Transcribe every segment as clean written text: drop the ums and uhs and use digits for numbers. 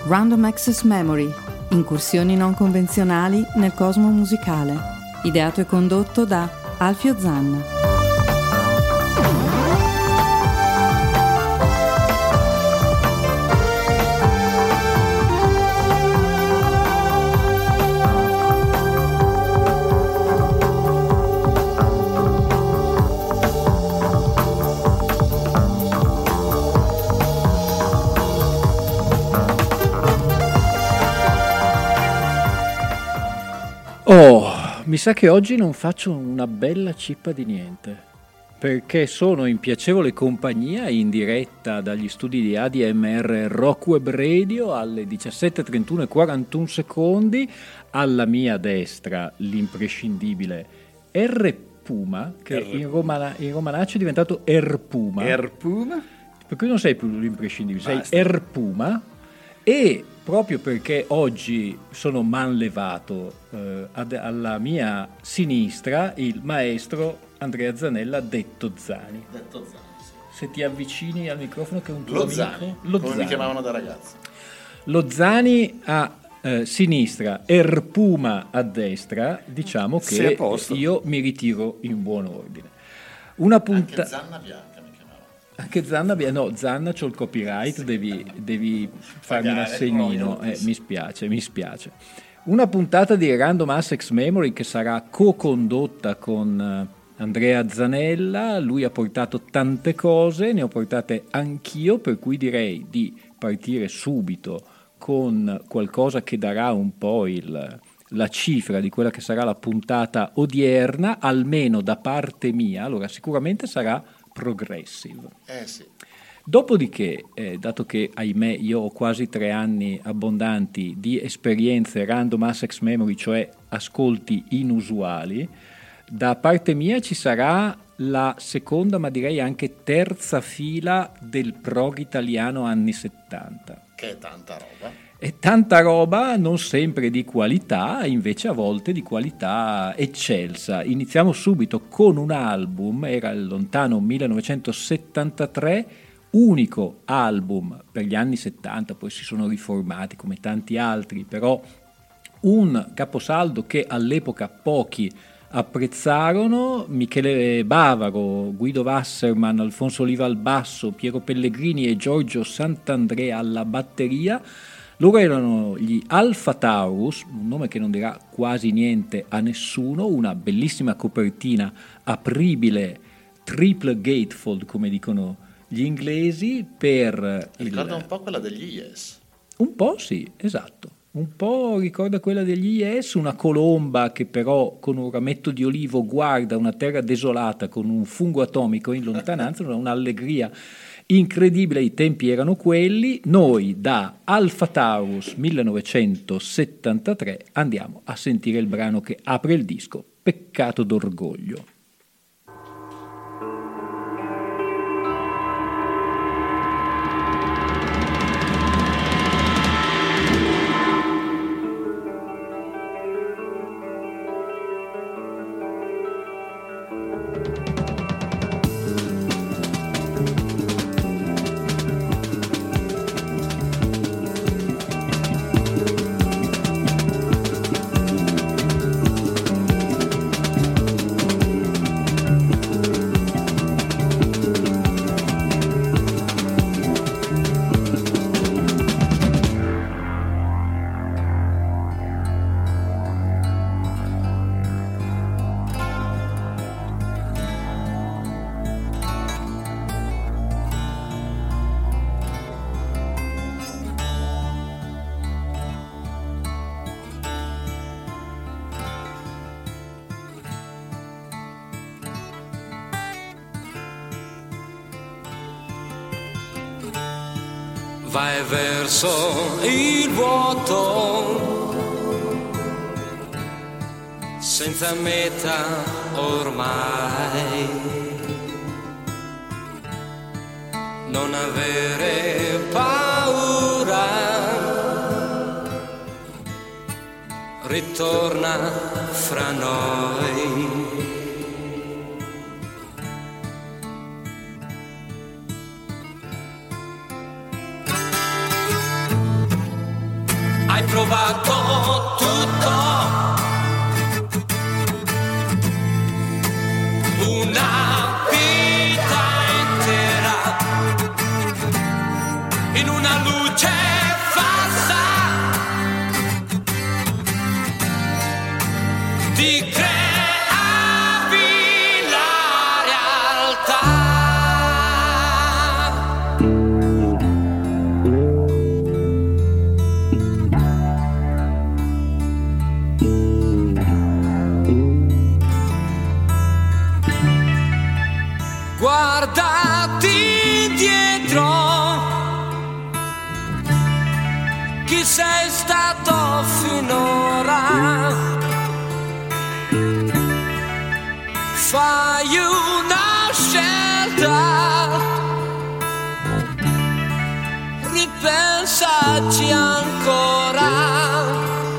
Random Access Memory, incursioni non convenzionali nel cosmo musicale, ideato e condotto da Alfio Zanna. Mi sa che oggi non faccio una bella cippa di niente, perché sono in piacevole compagnia in diretta dagli studi di ADMR Rock Web Radio alle 17:31 e 41 secondi. Alla mia destra l'imprescindibile R Puma, che in romanaccio è diventato R Puma. R Puma? Per cui non sei più l'imprescindibile, Basta. sei R Puma. E proprio perché oggi sono manlevato alla mia sinistra il maestro Andrea Zanella, detto Zani. Detto Zani, sì. Se ti avvicini al microfono, che è un tuo Lo amico. Zani, Lo come Zani. mi chiamavano da ragazzo. Lo Zani a sinistra, Puma a destra, diciamo Sei a che posto. io mi ritiro in buon ordine. Una puntata. Anche Zanna Bianca mi chiamava. Anche Zanna, no, Zanna c'ho il copyright, devi farmi un Pagare, assegnino, royalties. mi spiace. Una puntata di Random Access Memory che sarà co-condotta con Andrea Zanella. Lui ha portato tante cose, ne ho portate anch'io, per cui direi di partire subito con qualcosa che darà un po' la cifra di quella che sarà la puntata odierna, almeno da parte mia. Allora, sicuramente sarà progressive. Sì. Dopodiché, dato che ahimè io ho quasi 3 anni abbondanti di esperienze Random Access Memory, cioè ascolti inusuali, da parte mia ci sarà la seconda, ma direi anche terza fila del prog italiano anni 70. Che è tanta roba. E tanta roba, non sempre di qualità, invece a volte di qualità eccelsa. Iniziamo subito con un album, era il lontano 1973, unico album per gli anni 70, poi si sono riformati come tanti altri, però un caposaldo che all'epoca pochi apprezzarono. Michele Bavaro, Guido Wasserman, Alfonso Oliva al basso, Piero Pellegrini e Giorgio Sant'Andrea alla batteria. Loro erano gli Alpha Taurus, un nome che non dirà quasi niente a nessuno, una bellissima copertina apribile, triple gatefold come dicono gli inglesi, per Ricorda un po' quella degli Yes. un po' sì, esatto. Un po' ricorda quella degli Yes, una colomba che però con un rametto di olivo guarda una terra desolata con un fungo atomico in lontananza, un'allegria incredibile. I tempi erano quelli. Noi da Alpha Taurus 1973 andiamo a sentire il brano che apre il disco, Peccato d'orgoglio. Vai verso il vuoto, senza meta ormai. Non avere paura, ritorna fra noi. provato tutto, una vita intera in una luce falsa, ti creavi la realtà. Guardati indietro, chi sei stato finora? Fai una scelta, ripensaci ancora.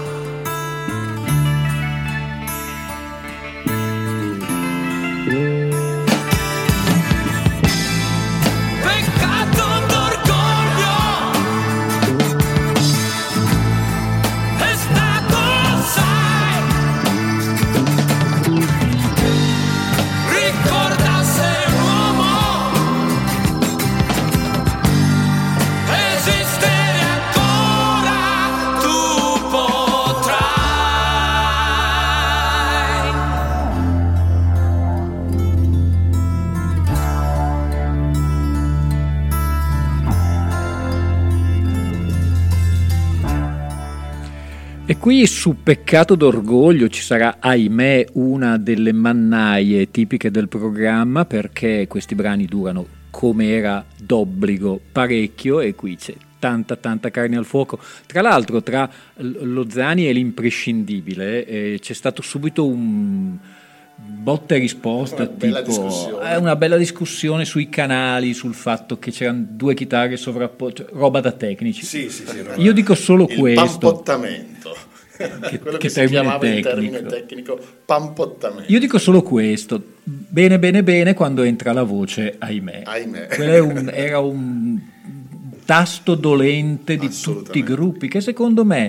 E qui su Peccato d'orgoglio ci sarà, ahimè, una delle mannaie tipiche del programma, perché questi brani durano, come era d'obbligo, parecchio, e qui c'è tanta carne al fuoco. Tra l'altro, tra Lozzani e l'imprescindibile c'è stato subito un botta e risposta, una bella discussione sui canali, sul fatto che c'erano due chitarre sovrapposte, roba da tecnici. Sì, io dico solo il questo. Pampottamento. Quello che si chiamava in termine tecnico pampottamento. Io dico solo questo. Bene quando entra la voce, ahimè. Quello era un tasto dolente di tutti i gruppi, che secondo me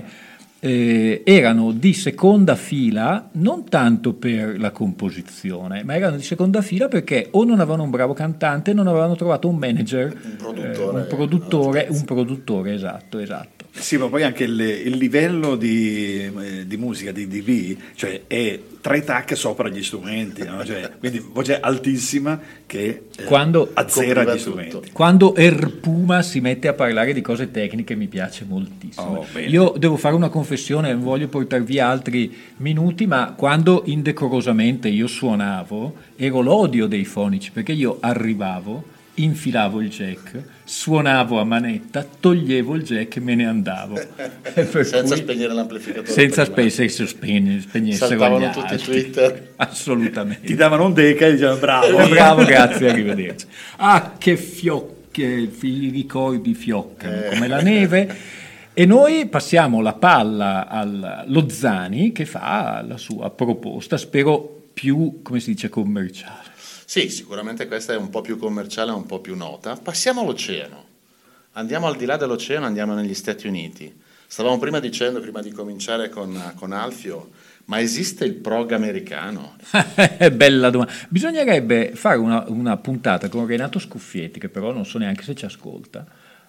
erano di seconda fila, non tanto per la composizione, ma erano di seconda fila perché o non avevano un bravo cantante, non avevano trovato un manager, un produttore, esatto. Sì, ma poi anche il livello di musica di DV, cioè è 3 tacche sopra gli strumenti, no? Cioè, quindi voce altissima che azzera gli strumenti. Quando Erpuma si mette a parlare di cose tecniche mi piace moltissimo. Io devo fare una confessione, non voglio portare via altri minuti, ma quando indecorosamente io suonavo ero l'odio dei fonici, perché io arrivavo, infilavo il jack, suonavo a manetta, toglievo il jack e me ne andavo. Senza spegnere l'amplificatore. Senza spegnessero saltavano tutti i Twitter. Assolutamente. Ti davano un deca e dicevano bravo, grazie, arrivederci. Che fiocche, i ricordi fioccano come la neve. E noi passiamo la palla al Lozzani, che fa la sua proposta, spero più, come si dice, commerciale. Sì, sicuramente questa è un po' più commerciale, un po' più nota. Passiamo all'oceano. Andiamo al di là dell'oceano, andiamo negli Stati Uniti. Stavamo prima dicendo, prima di cominciare con Alfio, ma esiste il prog americano? Bella domanda. Bisognerebbe fare una puntata con Renato Scuffietti, che però non so neanche se ci ascolta,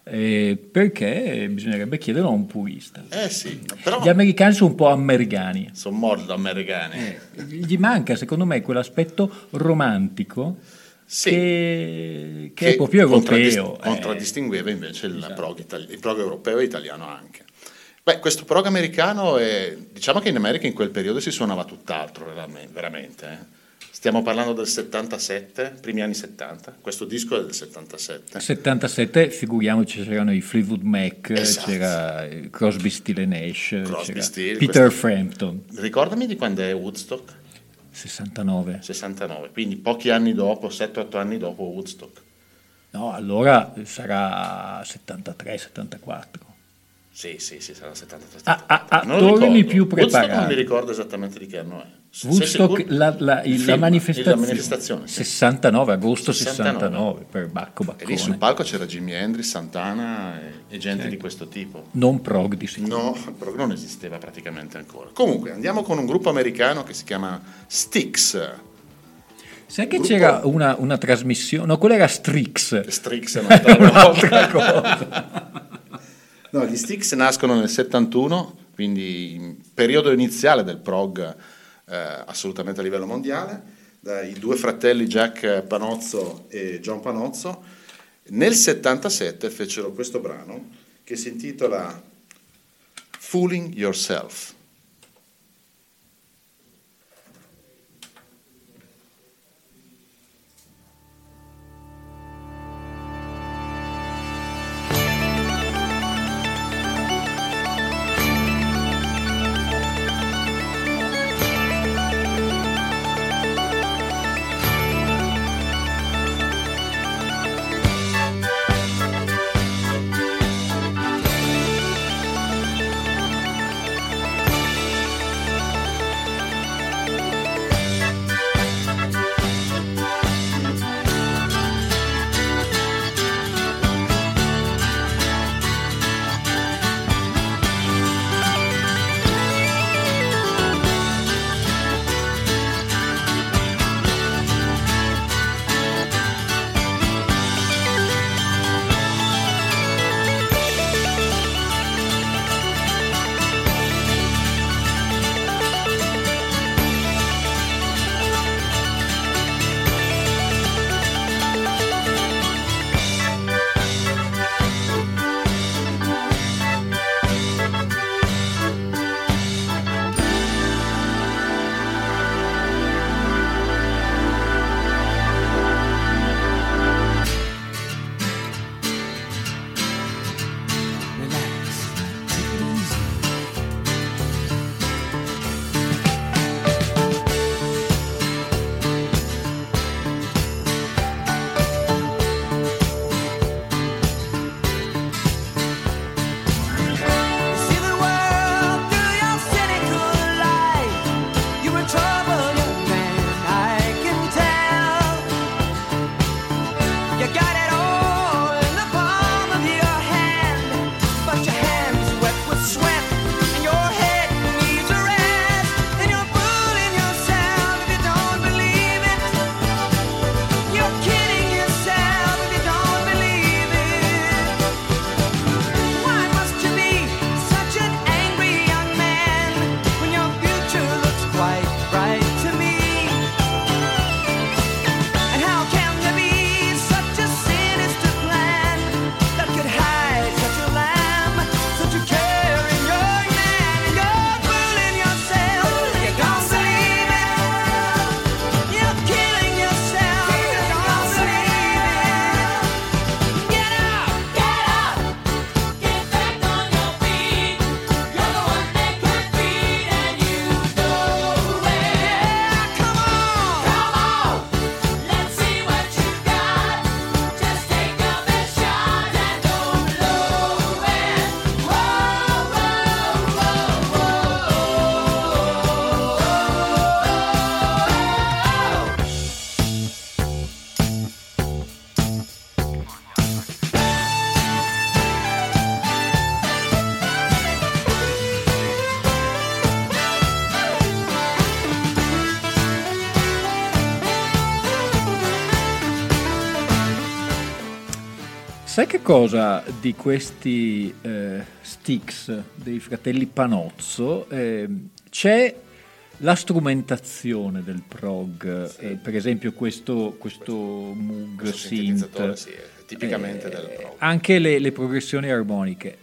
perché bisognerebbe chiederlo a un purista. Sì, però gli americani sono un po' americani. Sono molto americani. Gli manca, secondo me, quell'aspetto romantico che è proprio europeo. Contraddistingueva invece il prog europeo e italiano anche. Questo prog americano diciamo che in America in quel periodo si suonava tutt'altro, veramente. Stiamo parlando del 77, primi anni 70, questo disco è del 77. 77, figuriamoci, c'erano i Fleetwood Mac, esatto. C'era Crosby, Still & Nash, Peter Frampton. Ricordami di quando è Woodstock? 69, quindi pochi anni dopo, 7-8 anni dopo Woodstock. No, allora sarà 73, 74. Sì, sarà 73. Torni più preparato. Woodstock non mi ricordo esattamente di che anno è. Woodstock, la manifestazione 69, agosto 69 per Bacco Baccone. E lì sul palco c'era Jimi Hendrix, Santana e gente di questo tipo. Non prog di sicuro. No, il prog non esisteva praticamente ancora. Comunque andiamo con un gruppo americano che si chiama Styx. Sai che c'era una trasmissione? No, quella era Strix. Strix è un'altra cosa. No, gli Styx nascono nel 71, quindi in periodo iniziale del prog assolutamente a livello mondiale, dai due fratelli Jack Panozzo e John Panozzo. Nel 77 fecero questo brano che si intitola Fooling Yourself. Sai che cosa di questi Styx dei fratelli Panozzo? C'è la strumentazione del prog, sì. Per esempio questo Moog Synth, sì, tipicamente del prog. Anche le progressioni armoniche.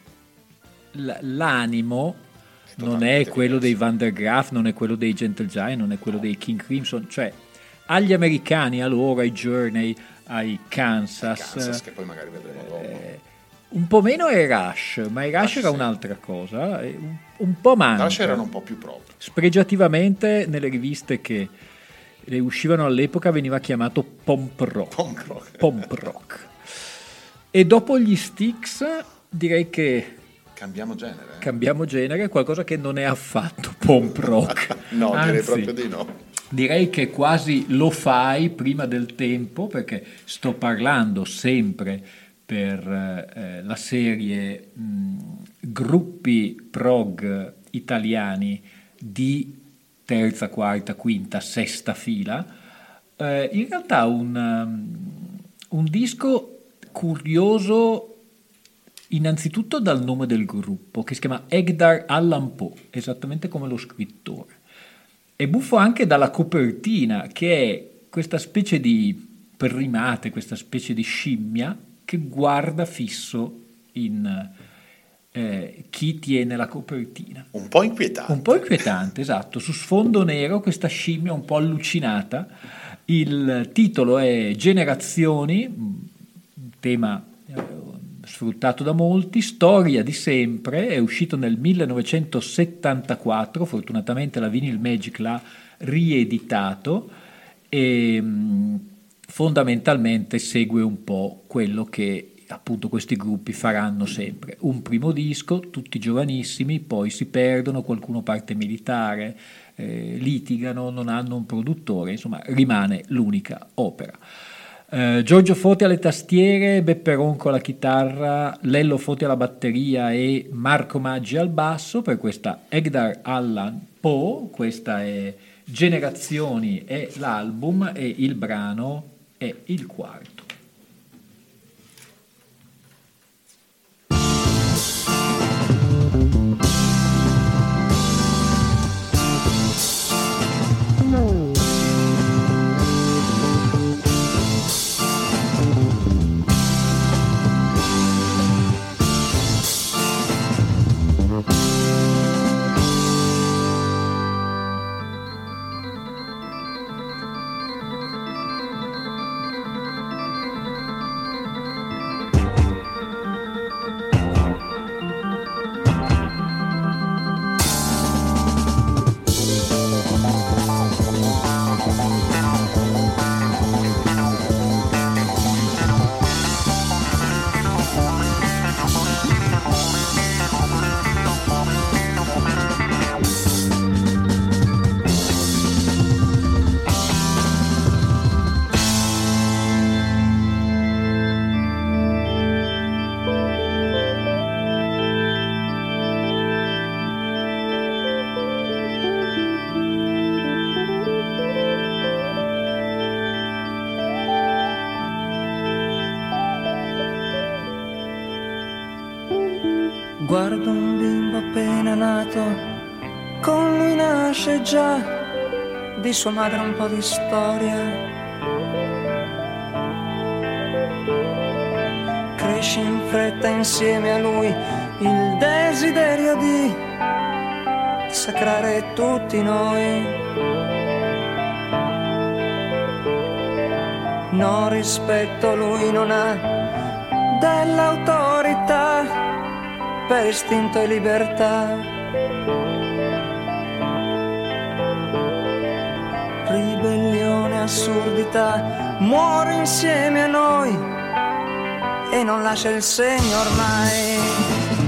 L'animo non è quello dei Van der Graaf, non è quello dei Gentle Giant, non è quello dei King Crimson, cioè agli americani, a loro, ai Journey, ai Kansas, che poi magari vedremo dopo. Un po' meno è Rush, ma i Rush era un'altra cosa, un po' manca. Rush erano un po' più propri. Spregiativamente nelle riviste che le uscivano all'epoca veniva chiamato pump rock. E dopo gli Styx direi che Cambiamo genere. Cambiamo genere, qualcosa che non è affatto punk rock. No, anzi, direi proprio di no. Direi che quasi lo fai prima del tempo, perché sto parlando sempre per la serie gruppi prog italiani di terza, quarta, quinta, sesta fila. In realtà un disco curioso innanzitutto dal nome del gruppo, che si chiama Edgar Allan Poe, esattamente come lo scrittore. È buffo anche dalla copertina, che è questa specie di primate, questa specie di scimmia che guarda fisso in chi tiene la copertina. Un po' inquietante. Un po' inquietante, esatto. Su sfondo nero questa scimmia un po' allucinata. Il titolo è Generazioni, un tema sfruttato da molti, storia di sempre, è uscito nel 1974, fortunatamente la Vinyl Magic l'ha rieditato e fondamentalmente segue un po' quello che appunto questi gruppi faranno sempre. Un primo disco, tutti giovanissimi, poi si perdono, qualcuno parte militare, litigano, non hanno un produttore, insomma rimane l'unica opera. Giorgio Foti alle tastiere, Beppe Ronco alla chitarra, Lello Foti alla batteria e Marco Maggi al basso per questa Edgar Allan Poe. Questa è Generazioni, è l'album e il brano è il quarto. Guardo un bimbo appena nato, con lui nasce già di sua madre un po' di storia. Cresce in fretta insieme a lui il desiderio di sacrare tutti noi. No rispetto lui non ha dell'autorità, per istinto e libertà. Ribellione, assurdità, muore insieme a noi e non lascia il segno ormai.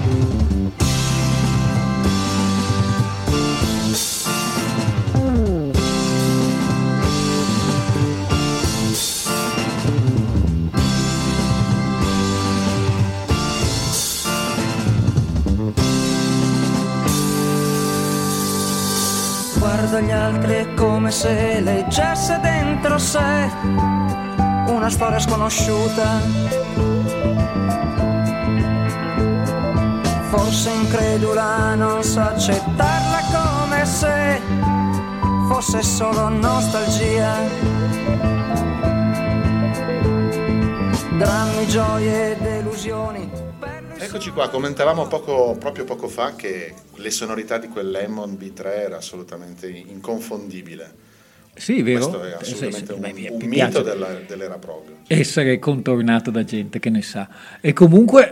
Guarda gli altri è come se leggesse dentro sé una storia sconosciuta. Forse incredula, non sa accettarla come se fosse solo nostalgia. Drammi, gioie, delusioni. Eccoci qua, commentavamo proprio poco fa che le sonorità di quel Lemon B3 era assolutamente inconfondibile. Sì, vero. Questo è assolutamente un mito dell'era prog. Essere contornato da gente che ne sa. E comunque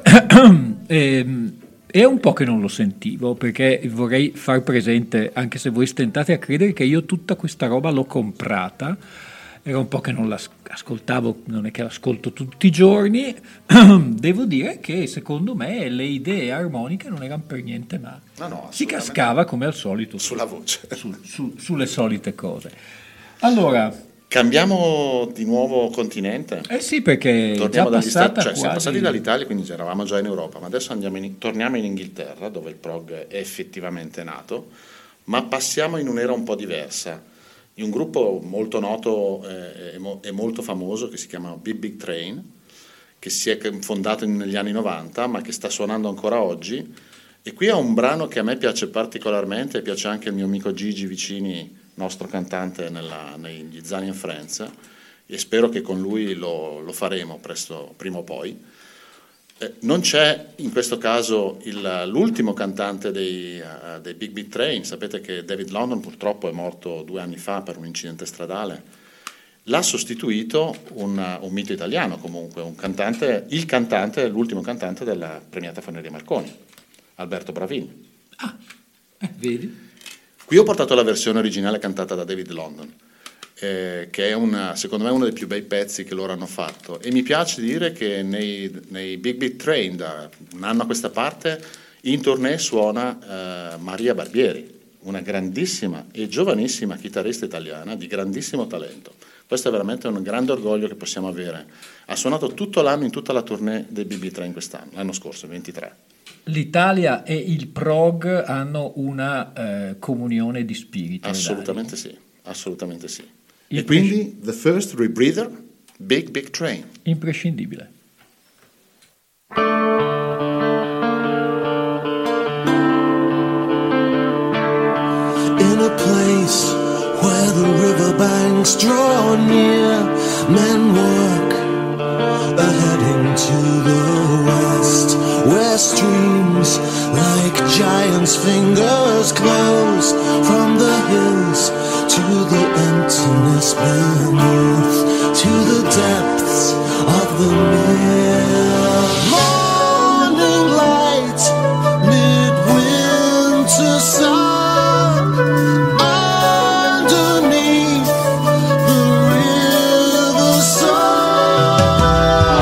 è un po' che non lo sentivo, perché vorrei far presente, anche se voi stentate a credere, che io tutta questa roba l'ho comprata era un po' che non l'ascoltavo, non è che l'ascolto tutti i giorni, devo dire che secondo me le idee armoniche non erano per niente male. No, si cascava come al solito sulla voce, sulle solite cose. Allora, cambiamo di nuovo continente? Sì, perché torniamo già passata siamo passati dall'Italia, quindi eravamo già in Europa, ma adesso torniamo in Inghilterra, dove il prog è effettivamente nato, ma passiamo in un'era un po' diversa, di un gruppo molto noto e molto famoso che si chiama Big Big Train, che si è fondato negli anni 90, ma che sta suonando ancora oggi. E qui è un brano che a me piace particolarmente, e piace anche il mio amico Gigi Vicini, nostro cantante negli Zani and Friends, e spero che con lui lo faremo presto, prima o poi. Non c'è in questo caso l'ultimo cantante dei Big Big Train. Sapete che David London purtroppo è morto 2 anni fa per un incidente stradale. L'ha sostituito un mito italiano, comunque, l'ultimo cantante della premiata Forneria Marconi, Alberto Bravini. Vedi? Qui ho portato la versione originale cantata da David London, che è secondo me uno dei più bei pezzi che loro hanno fatto, e mi piace dire che nei Big Big Train da un anno a questa parte in tournée suona Maria Barbieri, una grandissima e giovanissima chitarrista italiana di grandissimo talento. Questo è veramente un grande orgoglio che possiamo avere. Ha suonato tutto l'anno in tutta la tournée dei Big Big Train quest'anno, l'anno scorso, 23. L'Italia e il prog hanno una comunione di spirito. Assolutamente sì, assolutamente sì. E quindi The First Rebreather, Big Big Train. Imprescindibile. In a place where the riverbanks draw near, men work heading to the west, where streams like giants' fingers close from the hills to the emptiness beneath, to the depths of the morning light, midwinter sun, underneath the river sun.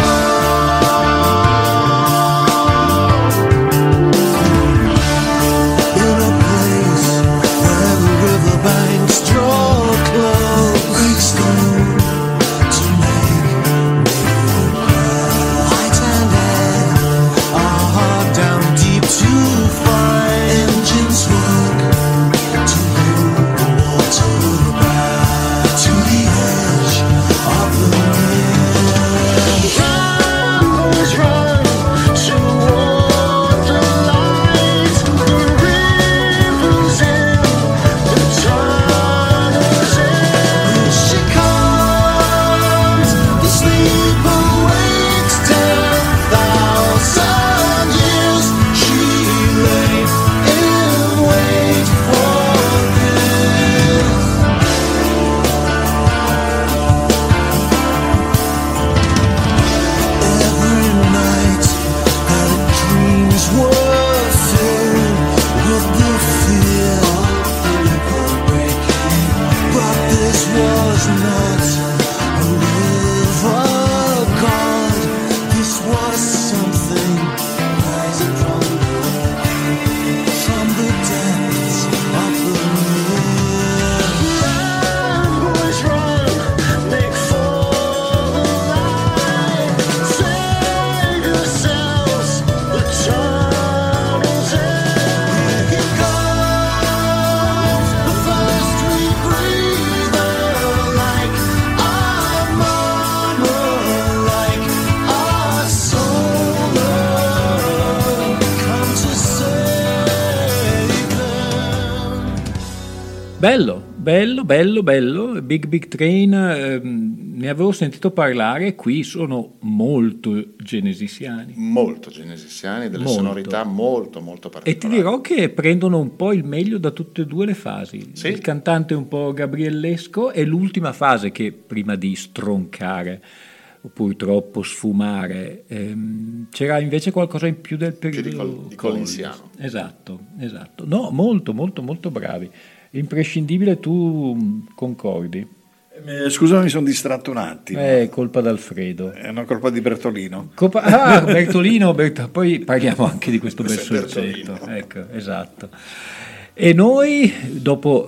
In a place where the riverbanks draw close, breaks through to make me cry. Light and air are hard down deep to find. Engines work to hold the water back to the edge of the river. Ramblers run toward the light. The river's in the tunnel's end. She comes, the sleeper wakes 10,000 years. She lay in wait for this. Every night her dreams were filled with the fear of breaking, but this was not a river god. This was something rising from the depths of the river. Ramblers run, make for the light. Save yourselves, the tunnel's end. Here comes the first rebreather, like our mama, like our solar. Come to save them. Bello, Big Big Train, ne avevo sentito parlare, qui sono molto genesisiani. Molto genesisiani, delle sonorità molto particolari. E ti dirò che prendono un po' il meglio da tutte e due le fasi. Sì. Il cantante è un po' gabriellesco e l'ultima fase che prima di stroncare o purtroppo sfumare c'era invece qualcosa in più del periodo di Collinsiano. Esatto. No, molto bravi. Imprescindibile, tu concordi? Scusami, mi sono distratto un attimo. È colpa d'Alfredo. È una colpa di Bertolino. Bertolino, poi parliamo anche di questo bel soggetto. Ecco, esatto. E noi, dopo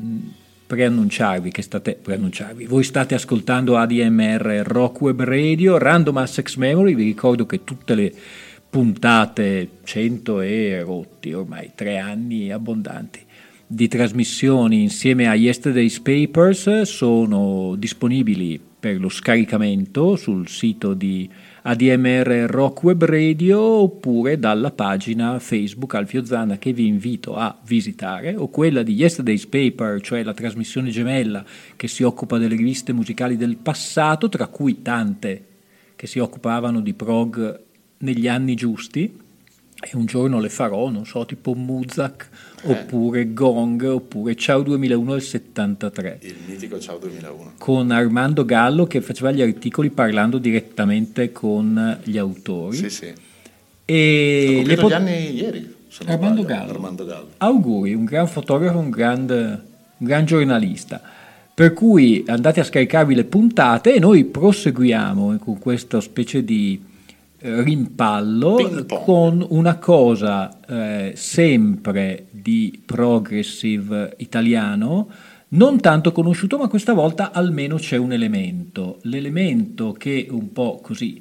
preannunciarvi, voi state ascoltando ADMR Rock Web Radio, Random Access Memory. Vi ricordo che tutte le puntate 100 e rotti, ormai 3 anni abbondanti, di trasmissioni insieme a Yesterday's Papers sono disponibili per lo scaricamento sul sito di ADMR Rock Web Radio oppure dalla pagina Facebook Alfio Zanna, che vi invito a visitare, o quella di Yesterday's Paper, cioè la trasmissione gemella che si occupa delle riviste musicali del passato, tra cui tante che si occupavano di prog negli anni giusti, e un giorno le farò, non so, tipo Muzak, oppure Gong, oppure Ciao 2001 del 73. Il mitico Ciao 2001. Con Armando Gallo che faceva gli articoli parlando direttamente con gli autori. Sì, sì. E gli anni ieri. Armando Gallo. Auguri, un gran fotografo, un gran giornalista. Per cui andate a scaricarvi le puntate e noi proseguiamo con questa specie di rimpallo con una cosa sempre di progressive italiano, non tanto conosciuto, ma questa volta almeno c'è un l'elemento che un po' così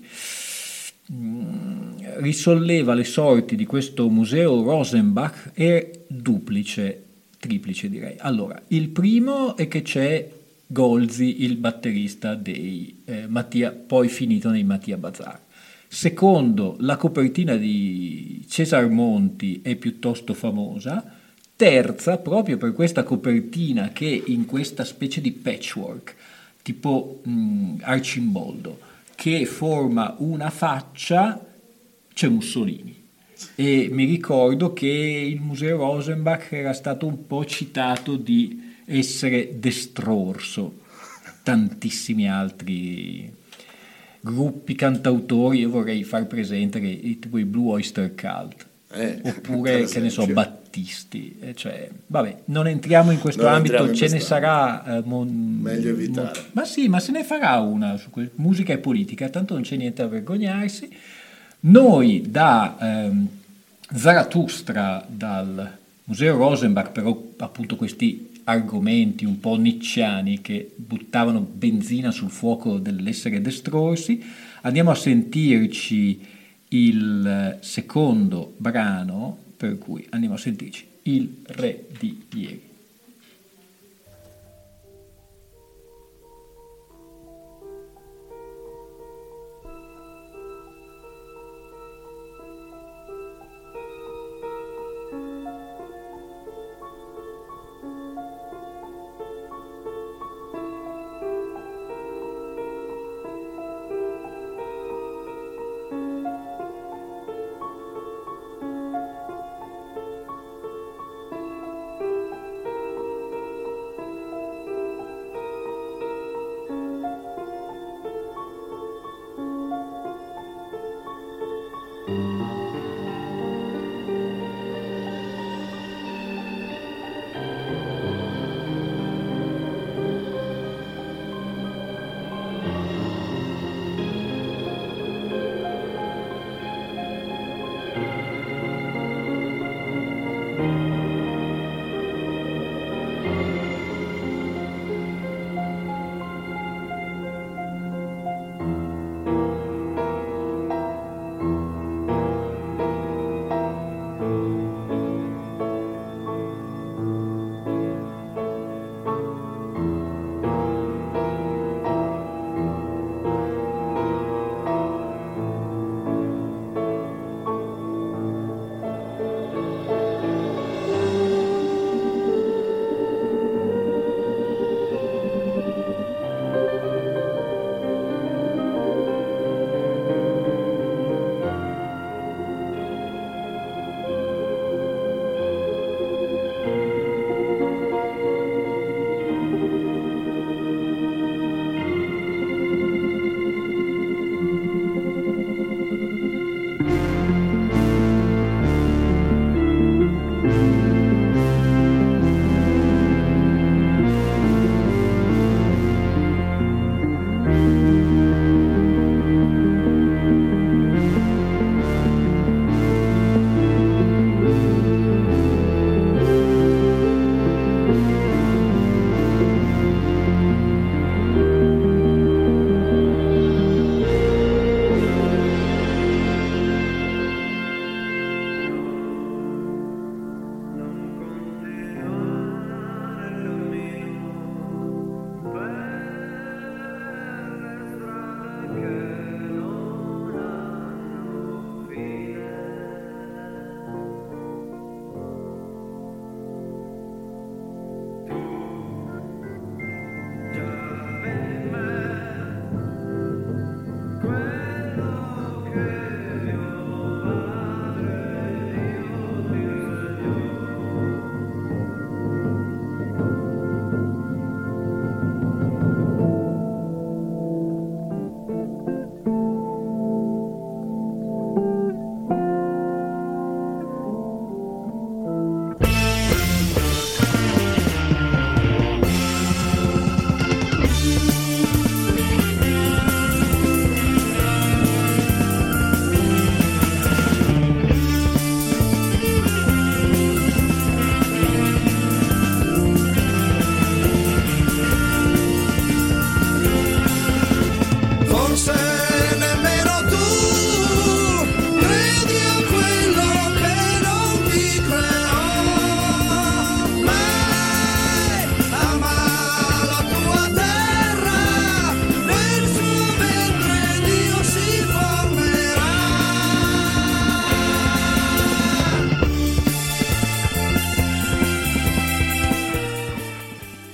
risolleva le sorti di questo museo Rosenbach è triplice direi. Allora, il primo è che c'è Golzi, il batterista dei Mattia, poi finito nei Mattia Bazar. Secondo, la copertina di Cesar Monti è piuttosto famosa. Terza, proprio per questa copertina che in questa specie di patchwork tipo Arcimboldo che forma una faccia, c'è Mussolini. E mi ricordo che il museo Rosenbach era stato un po' citato di essere destrorso. Tantissimi altri gruppi cantautori, io vorrei far presente che tipo i Blue Oyster Cult, oppure che ne so, Battisti, cioè vabbè, non entriamo in questo ambito, ce ne sarà meglio evitare. Ma sì, ma se ne farà una su musica e politica, tanto non c'è niente da vergognarsi. Noi da Zarathustra, dal museo Rosenbach, però appunto questi argomenti un po' nicciani che buttavano benzina sul fuoco dell'essere destrorsi, andiamo a sentirci il secondo brano, per cui andiamo a sentirci Il Re di Ieri.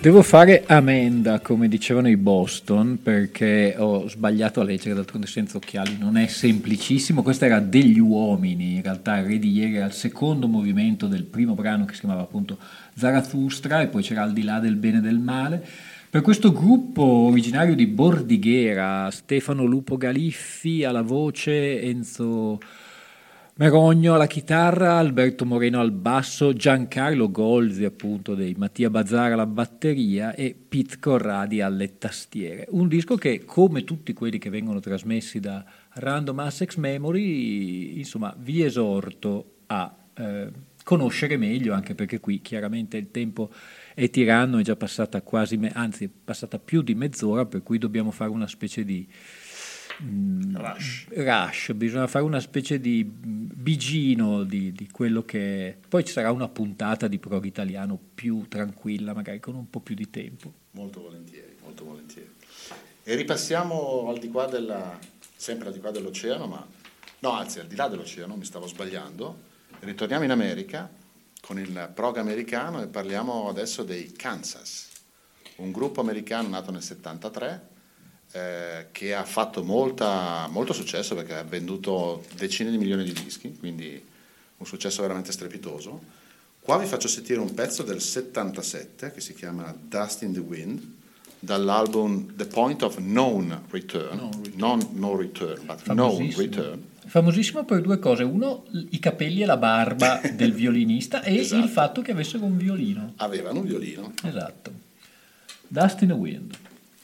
Devo fare amenda, come dicevano i Boston, perché ho sbagliato a leggere, d'altronde senza occhiali non è semplicissimo. Questo era Degli Uomini, in realtà il re di ieri era il secondo movimento del primo brano che si chiamava appunto Zarathustra, e poi c'era Al di là del bene e del male. Per questo gruppo originario di Bordighera, Stefano Lupo Galiffi alla voce, Enzo Merogno alla chitarra, Alberto Moreno al basso, Giancarlo Golzi appunto dei Mattia Bazzara alla batteria e Pete Corradi alle tastiere. Un disco che, come tutti quelli che vengono trasmessi da Random Access Memory, insomma vi esorto a conoscere meglio, anche perché qui chiaramente il tempo è tiranno, è già passata anzi è passata più di mezz'ora, per cui dobbiamo fare una specie di rush, bisogna fare una specie di bigino di quello che è. Poi ci sarà una puntata di Prog Italiano più tranquilla, magari con un po' più di tempo. Molto volentieri, molto volentieri. E ripassiamo al di qua sempre al di qua dell'oceano, anzi al di là dell'oceano, mi stavo sbagliando. Ritorniamo in America con il prog americano e parliamo adesso dei Kansas, un gruppo americano nato nel 73 che ha fatto molto successo, perché ha venduto decine di milioni di dischi, quindi un successo veramente strepitoso. Qua vi faccio sentire un pezzo del 77 che si chiama Dust in the Wind, dall'album The Point of No Return, no return, but no return. Famosissimo per due cose: uno, i capelli e la barba del violinista, e Esatto. il fatto che avessero un violino. Avevano un violino. Esatto. Dust in the Wind.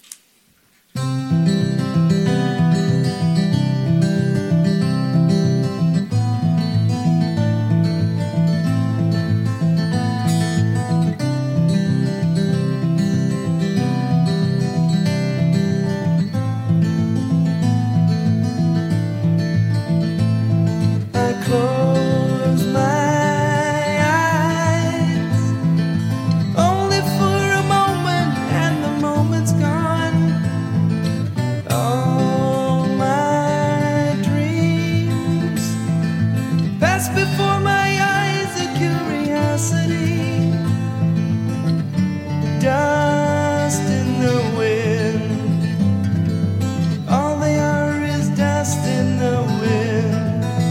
I close my eyes only for a moment, and the moment's gone. All my dreams pass before my eyes, a curiosity, dust in the wind. All they are is dust in the wind.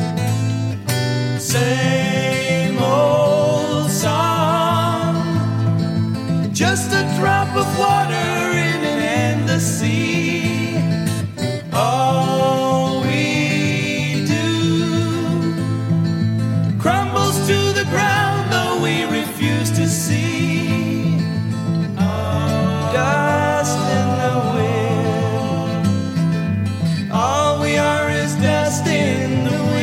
Same old song, just a drop of water in an endless sea. All we do crumbles to the ground, though we refuse to see. Dust in the wind. All we are is dust in the wind.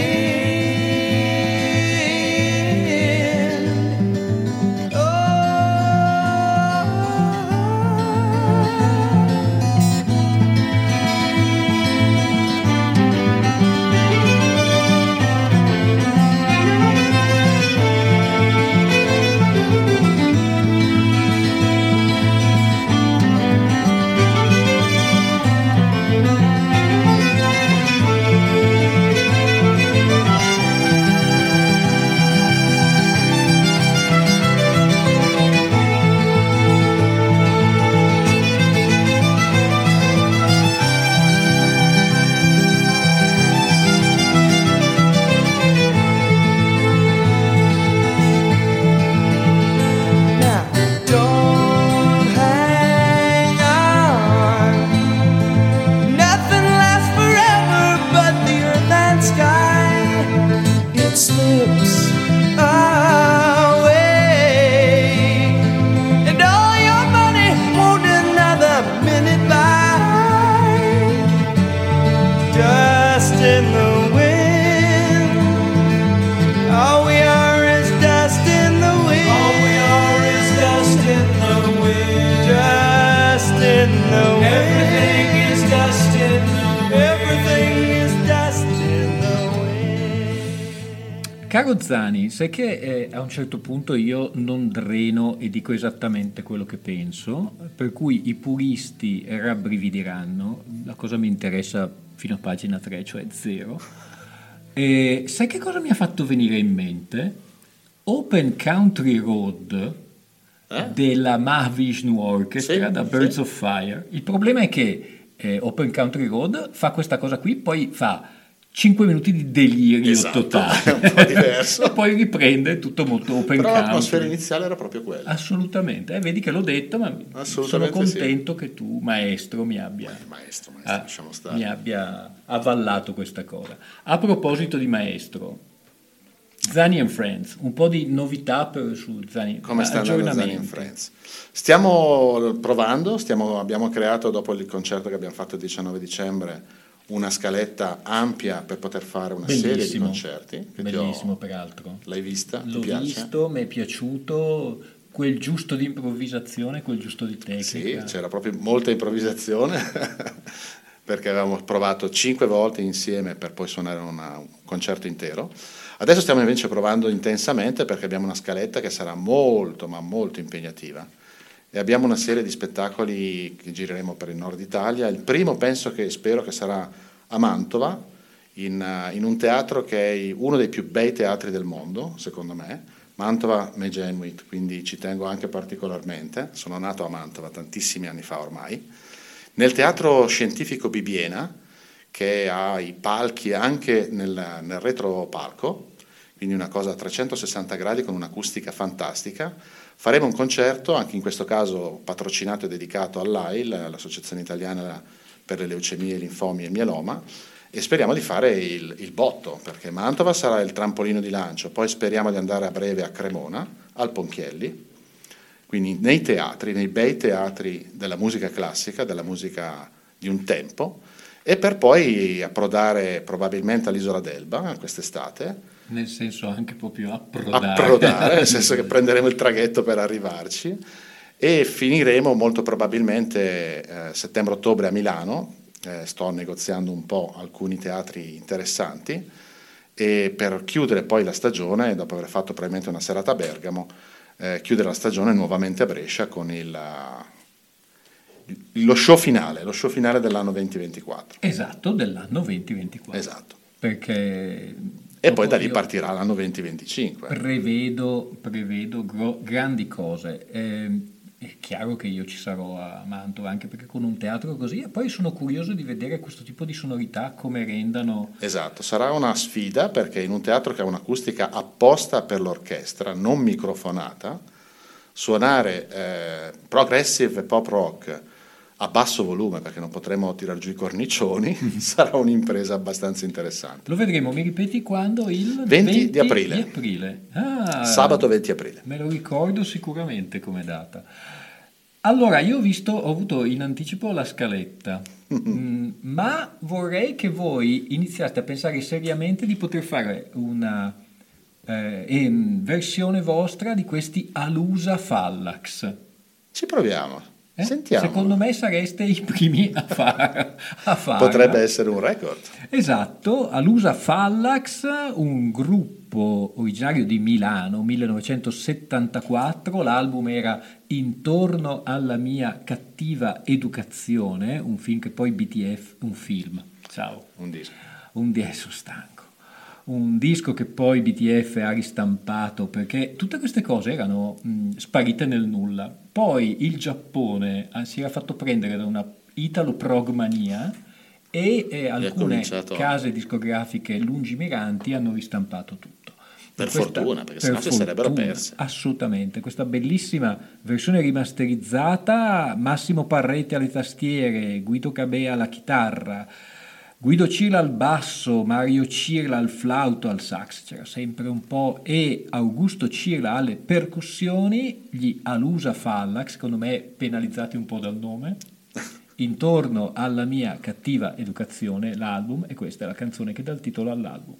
Now, don't hang on. Nothing lasts forever but the earth and sky. It slips away, and all your money won't another minute by. Dust in the wind. All we are is dust in the wind. All we are is dust in the wind. Dust in the wind. Everything is dust in the wind. Everything is dust in the wind. Caro Zani, sai che a un certo punto io non dreno e dico esattamente quello che penso, per cui i puristi rabbrividiranno, la cosa mi interessa fino a pagina 3, cioè 0. E sai che cosa mi ha fatto venire in mente? Open Country Road della Mahavishnu Orchestra, Sì, da Birds sì. of Fire. Il problema è che Open Country Road fa questa cosa qui, poi fa 5 minuti di delirio Esatto, totale. è un po' diverso. E poi riprende tutto molto open Però country. l'atmosfera iniziale era proprio quella. Assolutamente, vedi che l'ho detto, ma sono Assolutamente contento che tu, maestro, mi abbia, Maestro, lasciamo stare. mi abbia avallato questa cosa. A proposito di maestro, Zani and Friends, un po' di novità su Zani. Come sta andando Zani aggiornamenti. Friends? Stiamo provando, abbiamo creato dopo il concerto che abbiamo fatto il 19 dicembre una scaletta ampia per poter fare una serie di Bellissimo. concerti. che Bellissimo, peraltro. L'hai vista? L'ho Ti piace? visto, mi è piaciuto quel giusto di improvvisazione, quel giusto di tecnica. Sì, c'era proprio molta improvvisazione perché avevamo provato 5 volte insieme per poi suonare un concerto intero. Adesso stiamo invece provando intensamente perché abbiamo una scaletta che sarà molto, ma molto impegnativa. E abbiamo una serie di spettacoli che gireremo per il nord Italia. Il primo spero che sarà a Mantova, in un teatro che è uno dei più bei teatri del mondo, secondo me, Mantova Megenuit, quindi ci tengo anche particolarmente. Sono nato a Mantova tantissimi anni fa ormai. Nel teatro scientifico Bibiena, che ha i palchi anche nel retropalco, quindi una cosa a 360 gradi con un'acustica fantastica. Faremo un concerto, anche in questo caso patrocinato e dedicato all'AIL, l'Associazione Italiana per le Leucemie, Linfomi e il Mieloma, e speriamo di fare il botto, perché Mantova sarà il trampolino di lancio, poi speriamo di andare a breve a Cremona, al Ponchielli, quindi nei teatri, nei bei teatri della musica classica, della musica di un tempo, e per poi approdare probabilmente all'Isola d'Elba quest'estate. Nel senso anche proprio approdare. Approdare, nel senso che prenderemo il traghetto per arrivarci e finiremo molto probabilmente settembre-ottobre a Milano. Sto negoziando un po' alcuni teatri interessanti e per chiudere poi la stagione, dopo aver fatto probabilmente una serata a Bergamo, chiudere la stagione nuovamente a Brescia con lo show finale dell'anno 2024. Esatto, dell'anno 2024. Esatto. Perché E poi da lì partirà l'anno 2025. prevedo grandi cose. È chiaro che io ci sarò a Mantova, anche perché con un teatro così, e poi sono curioso di vedere questo tipo di sonorità come rendano. Esatto, sarà una sfida perché in un teatro che ha un'acustica apposta per l'orchestra, non microfonata, suonare progressive e pop rock a basso volume, perché non potremo tirar giù i cornicioni, sarà un'impresa abbastanza interessante. Lo vedremo, mi ripeti quando? Il 20 di aprile. Di aprile. Ah, Sabato 20 aprile. me lo ricordo sicuramente come data. Allora, io ho avuto in anticipo la scaletta, ma vorrei che voi iniziaste a pensare seriamente di poter fare una versione vostra di questi Alusa Fallax. Ci proviamo. Sentiamo. Secondo me sareste i primi a farla. Potrebbe essere un record. Esatto, Alusa Fallax, un gruppo originario di Milano, 1974, l'album era Intorno alla mia cattiva educazione, un film che poi BTF, un film, ciao. Un disco. Sono stanco. Un disco che poi BTF ha ristampato perché tutte queste cose erano sparite nel nulla. Poi il Giappone si era fatto prendere da una italo-progmania e alcune case discografiche lungimiranti hanno ristampato tutto. Per fortuna, perché sennò si sarebbero perse. Assolutamente, questa bellissima versione rimasterizzata, Massimo Parretti alle tastiere, Guido Cabea alla chitarra, Guido Cirla al basso, Mario Cirla al flauto, al sax, c'era sempre un po', e Augusto Cirla alle percussioni, gli Alusa Fallax, secondo me penalizzati un po' dal nome, Intorno alla mia cattiva educazione, l'album, e questa è la canzone che dà il titolo all'album.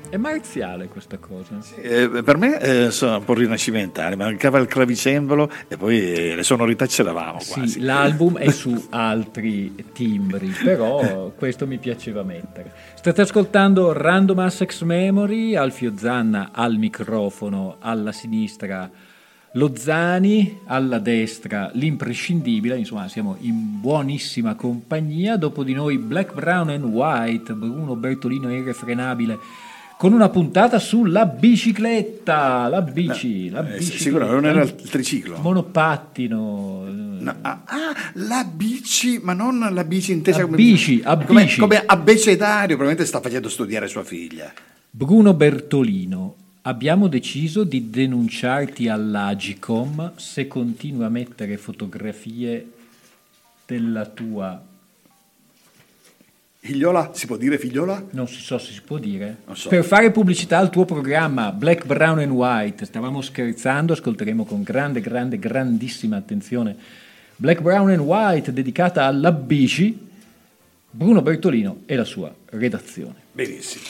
È marziale questa cosa. Per me sono un po' rinascimentali, mancava il clavicembalo e poi le sonorità ce l'avamo quasi. Sì, l'album è su altri timbri, però questo mi piaceva mettere. State ascoltando Random Access Memory, Alfio Zanna al microfono, alla sinistra Lozzani, alla destra l'imprescindibile, insomma siamo in buonissima compagnia. Dopo di noi Black, Brown and White, Bruno Bertolino irrefrenabile, con una puntata sulla bicicletta, la bici. Sicuro, non era il triciclo. Monopattino. No, la bici, ma non la bici intesa bici. Come abbecedario, probabilmente sta facendo studiare sua figlia. Bruno Bertolino, abbiamo deciso di denunciarti all'Agicom se continui a mettere fotografie della tua... Figliola? Si può dire figliola? Non so se si può dire. Non so. Per fare pubblicità al tuo programma Black, Brown and White, stavamo scherzando, ascolteremo con grandissima attenzione Black, Brown and White dedicata alla bici, Bruno Bertolino e la sua redazione. Benissimo.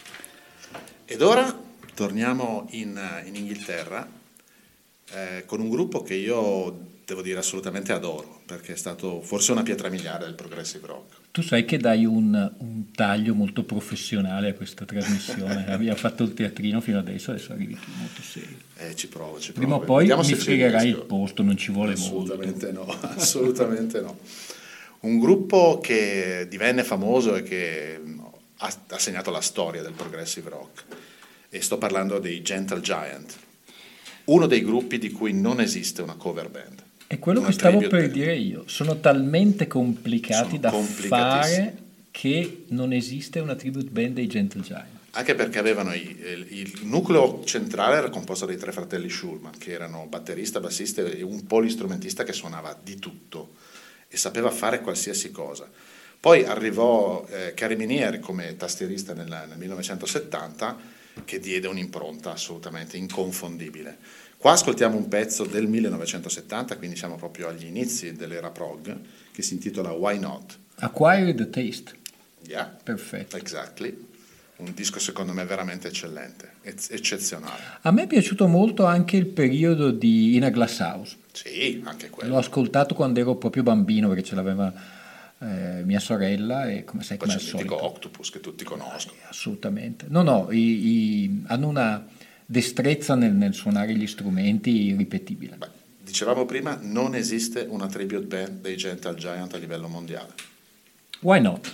Ed ora torniamo in Inghilterra con un gruppo che io devo dire assolutamente adoro, perché è stato forse una pietra miliare del progressive rock. Tu sai che dai un taglio molto professionale a questa trasmissione. Abbiamo fatto il teatrino fino adesso arrivi tu molto serio. Ci provo. Prima o poi Vediamo mi se ci spiegherai il riesco. posto, non ci vuole Assolutamente molto. Assolutamente no. Un gruppo che divenne famoso e che ha segnato la storia del progressive rock. E sto parlando dei Gentle Giant, uno dei gruppi di cui non esiste una cover band. È quello che stavo per dire io. Sono talmente complicati da fare che non esiste una tribute band dei Gentle Giant. Anche perché avevano il nucleo centrale era composto dai tre fratelli Schulman, che erano batterista, bassista e un polistrumentista che suonava di tutto e sapeva fare qualsiasi cosa. Poi arrivò Kerry Minier come tastierista nel 1970, che diede un'impronta assolutamente inconfondibile. Qua ascoltiamo un pezzo del 1970, quindi siamo proprio agli inizi dell'era prog, che si intitola Why Not? Acquire the Taste. Yeah, perfetto. Exactly. Un disco secondo me veramente eccellente, eccezionale. A me è piaciuto molto anche il periodo di In a Glass House. Sì, anche quello. L'ho ascoltato quando ero proprio bambino, perché ce l'aveva mia sorella, e come sai, come al solito. Poi c'è il mitico Octopus che tutti conoscono. Assolutamente. No, hanno una destrezza nel suonare gli strumenti irripetibile. Beh, dicevamo prima, non esiste una tribute band dei Gentle Giant a livello mondiale. Why not?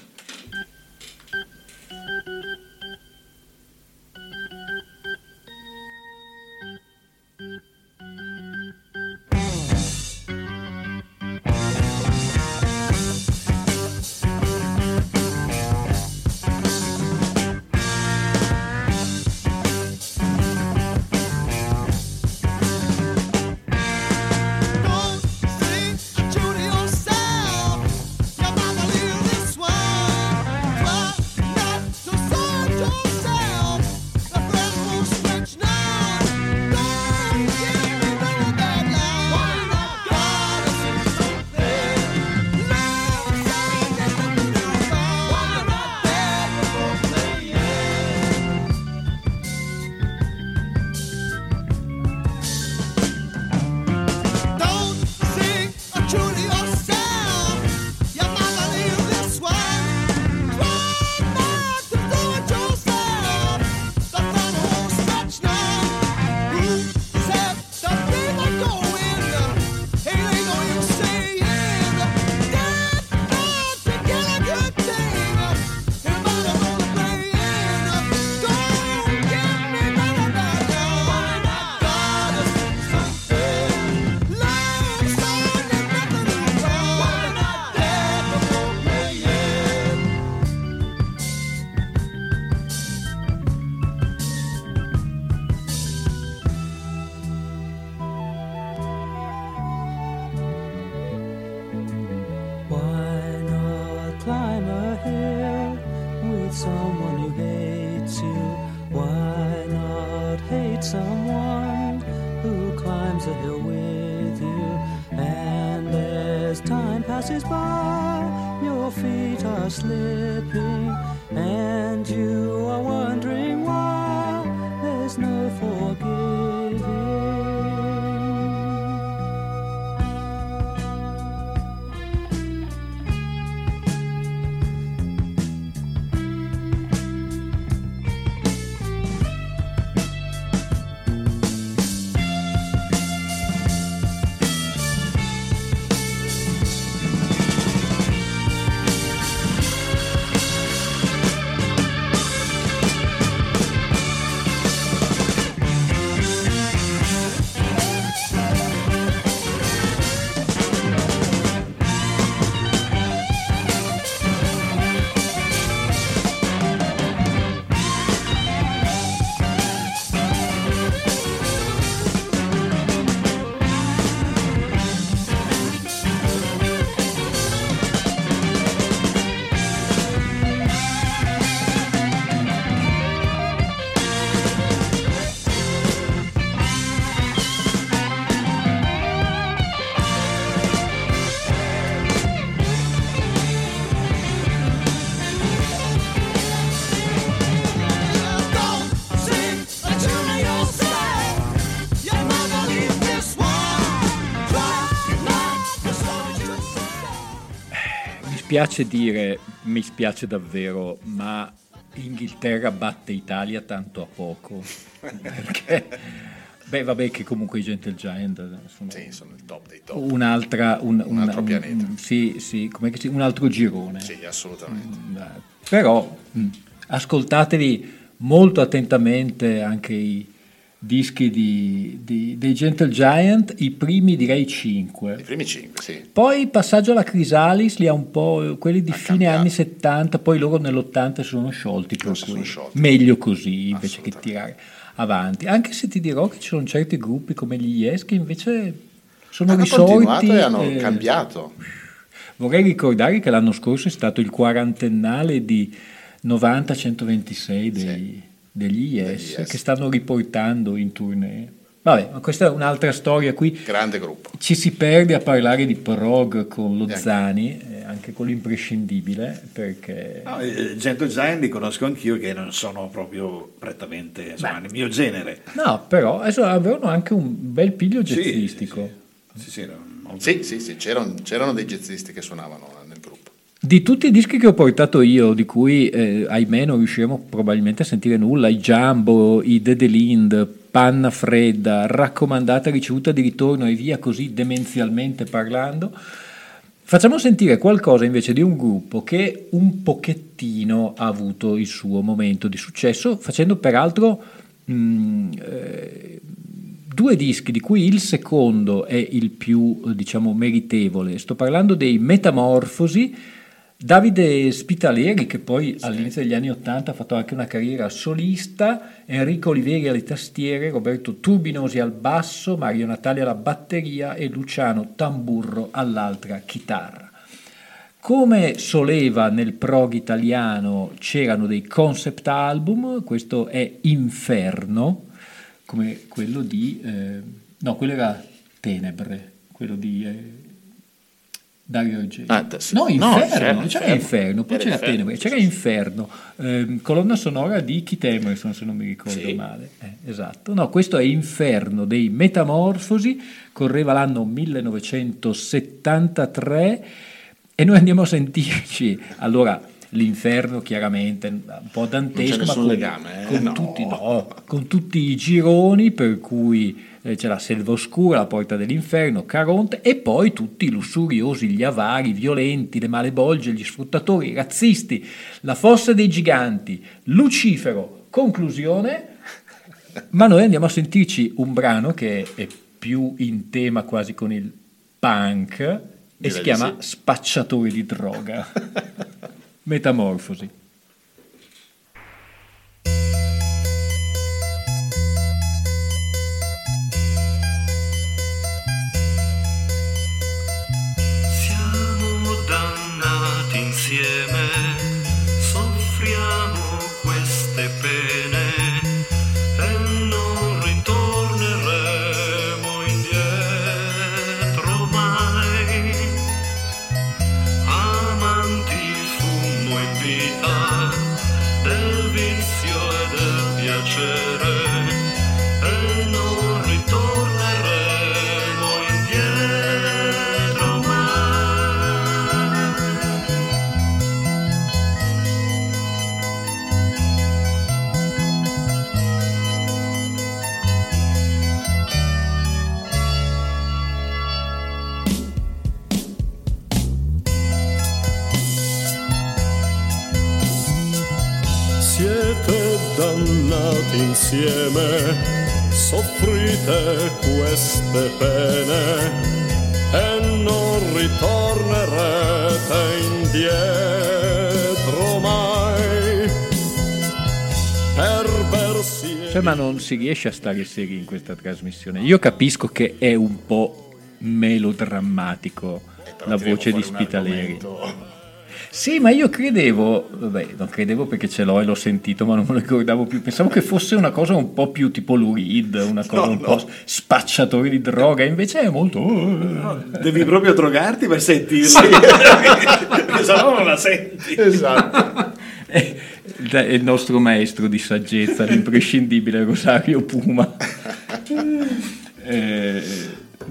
Slipping, and you are wondering why. spiace dire, mi spiace davvero, ma Inghilterra batte Italia tanto a poco. Perché, beh, vabbè, che comunque i Gentle Giant sono il top dei top. un altro pianeta. Sì, com'è che un altro girone. Sì, assolutamente. Però ascoltatevi molto attentamente anche i dischi dei Gentle Giant, i primi direi 5. I primi 5, sì. Poi passaggio alla Chrysalis, li ha un po' quelli di fine cambiato. anni 70, poi loro nell'80 si sono sciolti, per Si cui sono sciolti. meglio così invece che Assolutamente. tirare avanti. Anche se ti dirò che ci sono certi gruppi come gli Yes che invece sono Hanno risorti continuato e hanno cambiato. Vorrei ricordare che l'anno scorso è stato il quarantennale di 90-126 degli Yes, Yes. che stanno riportando in tournée. Vabbè, ma questa è un'altra storia qui. Grande gruppo. Ci si perde a parlare di prog con lo Zani, anche con l'imprescindibile, perché... No, Gentle Giant li conosco anch'io, che non sono proprio prettamente nel mio genere. No, però avevano anche un bel piglio jazzistico. Sì, Sì, c'erano dei jazzisti che suonavano nel gruppo. Di tutti i dischi che ho portato io, di cui ahimè non riusciremo probabilmente a sentire nulla, i Jumbo, i Dedelind, Panna Fredda, Raccomandata ricevuta di ritorno e via così demenzialmente parlando, facciamo sentire qualcosa invece di un gruppo che un pochettino ha avuto il suo momento di successo, facendo peraltro due dischi di cui il secondo è il più diciamo meritevole. Sto parlando dei Metamorfosi. Davide Spitaleri, che poi all'inizio degli anni '80 ha fatto anche una carriera solista, Enrico Oliveri alle tastiere, Roberto Turbinosi al basso, Mario Natali alla batteria e Luciano Tamburro all'altra chitarra. Come soleva nel prog italiano c'erano dei concept album, questo è Inferno, come quello di... no, quello era Tenebre, quello di... Dario Argento. No, Inferno, c'era Inferno, poi c'era Tenebre, c'era Inferno, colonna sonora di Keith Emerson, se non mi ricordo male. Esatto, no, questo è Inferno dei Metamorfosi, correva l'anno 1973 e noi andiamo a sentirci. Allora, l'Inferno chiaramente un po' dantesco, ma con tutti i gironi, per cui c'è la Selva Oscura, la Porta dell'Inferno, Caronte, e poi tutti i lussuriosi, gli avari, i violenti, le malebolge, gli sfruttatori, i razzisti, la Fossa dei Giganti, Lucifero, conclusione. Ma noi andiamo a sentirci un brano che è più in tema quasi con il punk e si chiama Spacciatori di droga. Metamorfosi. Siamo dannati insieme, soffriamo queste pene e non ritorneremo indietro mai. Amanti, fumo e vita, del vizio e del piacere, e non ritorneremo indietro mai. Siete dannati insieme, soffrite queste pene e non ritornerete indietro mai. Cioè, ma non si riesce a stare seri in questa trasmissione. Io capisco che è un po' melodrammatico la voce di Spitaleri. Sì, ma io credevo, vabbè, non credevo perché ce l'ho e l'ho sentito, ma non me lo ricordavo più. Pensavo che fosse una cosa un po' più tipo Lou Reed, una cosa po' spacciatori di droga, invece è molto... No, devi proprio drogarti per sentirlo, perché se no non la senti. Esatto. È il nostro maestro di saggezza, l'imprescindibile Rosario Puma.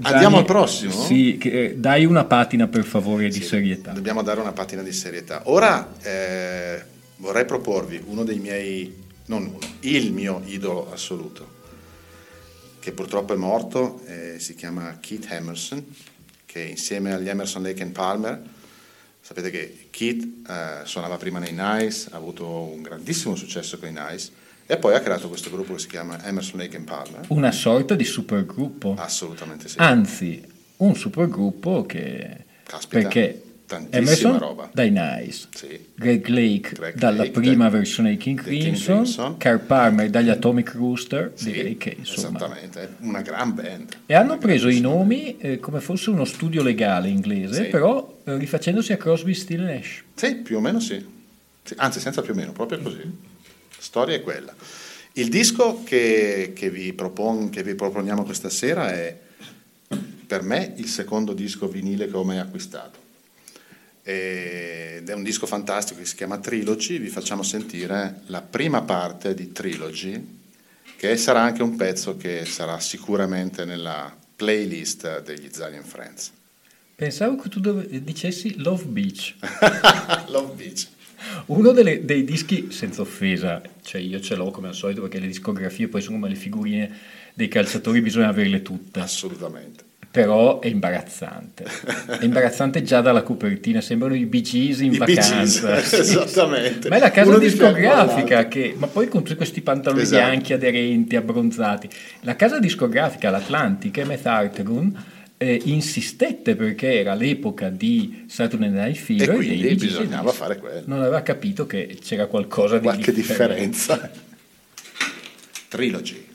Andiamo al prossimo? Sì, dai una patina per favore di Sì, serietà. dobbiamo dare una patina di serietà. Ora vorrei proporvi uno dei miei, non uno, il mio idolo assoluto, che purtroppo è morto, si chiama Keith Emerson, che insieme agli Emerson, Lake and Palmer, sapete che Keith suonava prima nei Nice, ha avuto un grandissimo successo con i Nice, e poi ha creato questo gruppo che si chiama Emerson, Lake and Palmer. Una sorta di supergruppo. Assolutamente sì. Anzi, un supergruppo che... Caspita, perché tantissima Emerson roba. dai Nice, Sì. Greg Lake dalla Lake, prima versione di King Crimson, Carl Palmer dagli Atomic Rooster, Sì, direi che insomma... esattamente, è una gran band. E hanno preso i nomi come fosse uno studio legale inglese, Sì. però rifacendosi a Crosby, Still Nash. Sì, più o meno sì. Sì, anzi, senza più o meno, proprio così. Storia è quella. Il disco che vi proponiamo questa sera è, per me, il secondo disco vinile che ho mai acquistato. Ed è un disco fantastico che si chiama Trilogy. Vi facciamo sentire la prima parte di Trilogy, che sarà anche un pezzo che sarà sicuramente nella playlist degli Zari and Friends. Pensavo che tu dicessi Love Beach. Love Beach. Uno dei dischi, senza offesa, cioè io ce l'ho come al solito perché le discografie poi sono come le figurine dei calciatori, bisogna averle tutte. Assolutamente. Però è imbarazzante. È imbarazzante già dalla copertina, sembrano i Bee Gees in vacanza. Gees, esattamente. Ma è la casa Uno discografica ma poi con tutti questi pantaloni Esatto. bianchi, aderenti, abbronzati. La casa discografica, l'Atlantic, Emmett Artegun, insistette perché era l'epoca di Saturday Night Fever E quindi dei Bee Gees, bisognava fare quello. non aveva capito che c'era qualcosa di Qualche differenza. differenza. Trilogy.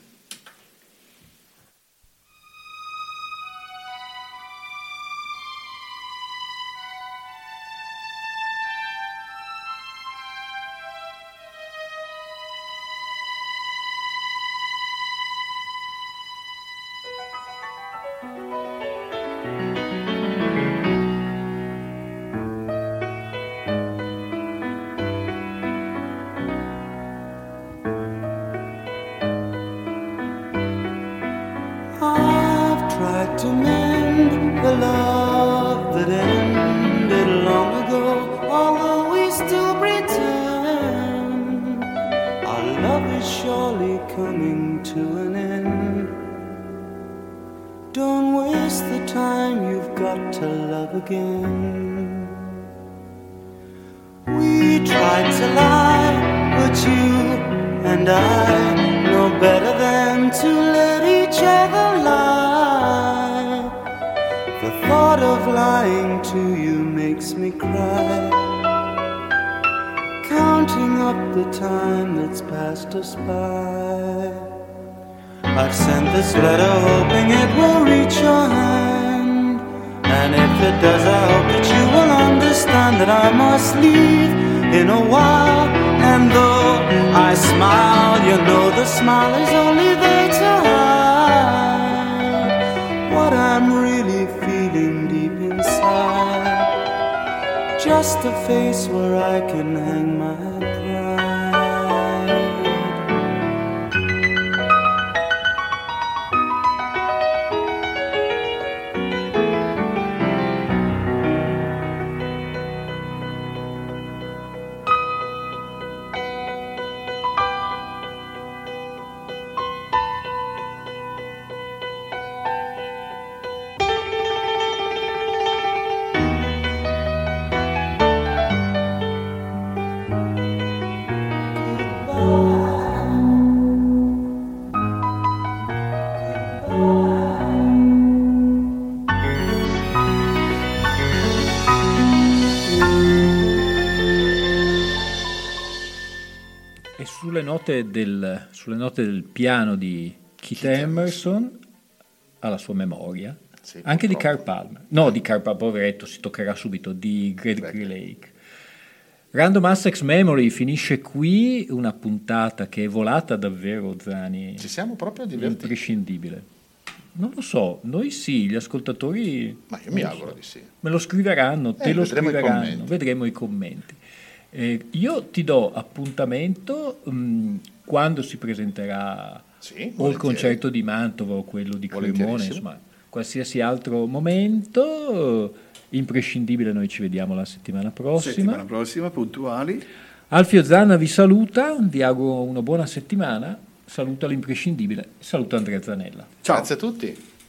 I've tried to mend the love that ended long ago, although we still pretend our love is surely coming to an end. Don't waste the time, you've got to love again. We tried to lie, but you and I know better than to let each other lie. The thought of lying to you makes me cry, counting up the time that's passed us by. I've sent this letter hoping it will reach your hand, and if it does I hope that you will understand that I must leave in a while. And though I smile, you know the smile is only there to hide what I'm really feeling deep inside. Just a face where I can hang my pride. Sulle note del piano di Keith Emerson, alla sua memoria, Sì, anche di purtroppo. Carl Palmer, no di Carl Palmer, poveretto, si toccherà subito, di Greg Lake. Random Access Memory finisce qui, una puntata che è volata davvero, Zani, Ci siamo proprio divertiti. imprescindibile. Non lo so, noi sì, gli ascoltatori... Ma io mi auguro di sì. Me lo scriveranno, te lo vedremo i scriveranno, commenti. vedremo i commenti. Io ti do appuntamento quando si presenterà Sì, o il volentieri. concerto di Mantova o quello di Cremone, Volentierissimo. insomma, qualsiasi altro momento. Imprescindibile, noi ci vediamo la settimana prossima, puntuali. Alfio Zanna vi saluta, vi auguro una buona settimana, saluta l'imprescindibile, saluta Andrea Zanella. Ciao. Grazie a tutti.